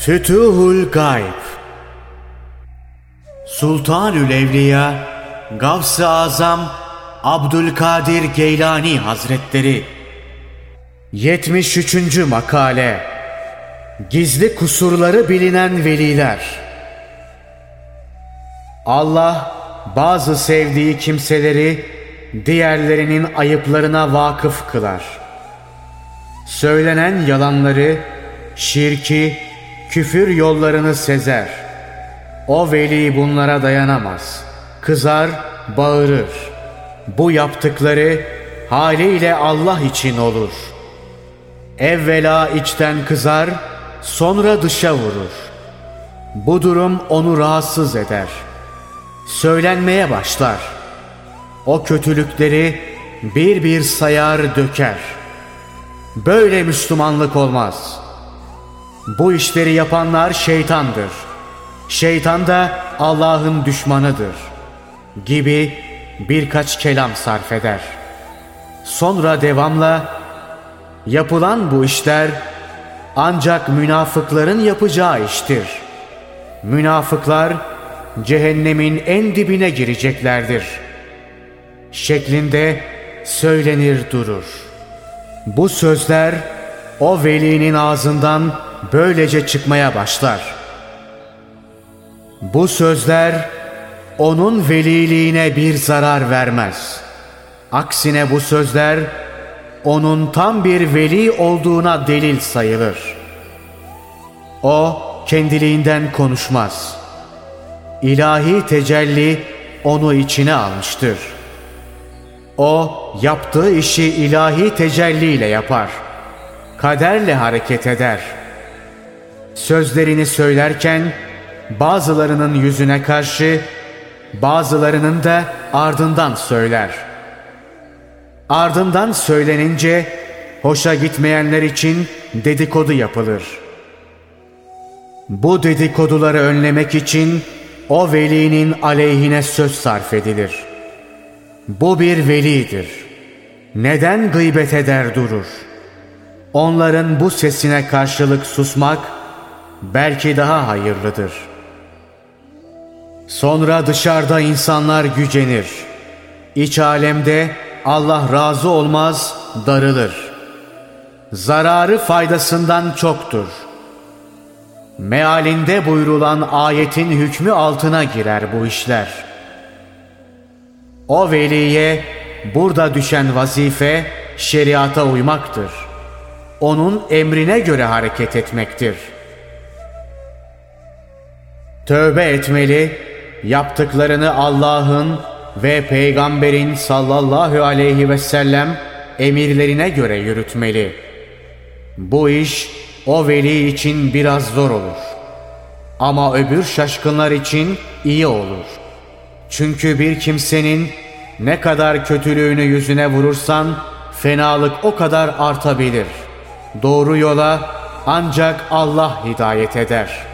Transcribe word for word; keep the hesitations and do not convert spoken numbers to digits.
Fütuhul Gayb. Sultanül Evliya Gavs-ı Azam Abdülkadir Geylani Hazretleri. yetmiş üçüncü makale. Gizli kusurları bilinen veliler. Allah bazı sevdiği kimseleri diğerlerinin ayıplarına vakıf kılar. Söylenen yalanları, şirki, küfür yollarını sezer. O veli bunlara dayanamaz. Kızar, bağırır. Bu yaptıkları haliyle Allah için olur. Evvela içten kızar, sonra dışa vurur. Bu durum onu rahatsız eder. Söylenmeye başlar. O kötülükleri bir bir sayar döker. Böyle Müslümanlık olmaz. Bu işleri yapanlar şeytandır. Şeytan da Allah'ın düşmanıdır gibi birkaç kelam sarf eder. Sonra devamla yapılan bu işler ancak münafıkların yapacağı iştir. Münafıklar cehennemin en dibine gireceklerdir şeklinde söylenir durur. Bu sözler o velinin ağzından böylece çıkmaya başlar. Bu sözler onun veliliğine bir zarar vermez. Aksine bu sözler onun tam bir veli olduğuna delil sayılır. O kendiliğinden konuşmaz. İlahi tecelli onu içine almıştır. O yaptığı işi ilahi tecelliyle yapar. Kaderle hareket eder. Sözlerini söylerken bazılarının yüzüne karşı, bazılarının da ardından söyler. Ardından söylenince hoşa gitmeyenler için dedikodu yapılır. Bu dedikoduları önlemek için o velinin aleyhine söz sarf edilir. Bu bir velidir. Neden gıybet eder durur? Onların bu sesine karşılık susmak belki daha hayırlıdır. Sonra dışarıda insanlar gücenir. İç alemde Allah razı olmaz, darılır. Zararı faydasından çoktur. Mealinde buyurulan ayetin hükmü altına girer bu işler. O veliye burada düşen vazife şeriata uymaktır. Onun emrine göre hareket etmektir. Tövbe etmeli, yaptıklarını Allah'ın ve Peygamberin sallallahu aleyhi ve sellem emirlerine göre yürütmeli. Bu iş o veli için biraz zor olur. Ama öbür şaşkınlar için iyi olur. Çünkü bir kimsenin ne kadar kötülüğünü yüzüne vurursan fenalık o kadar artabilir. Doğru yola ancak Allah hidayet eder.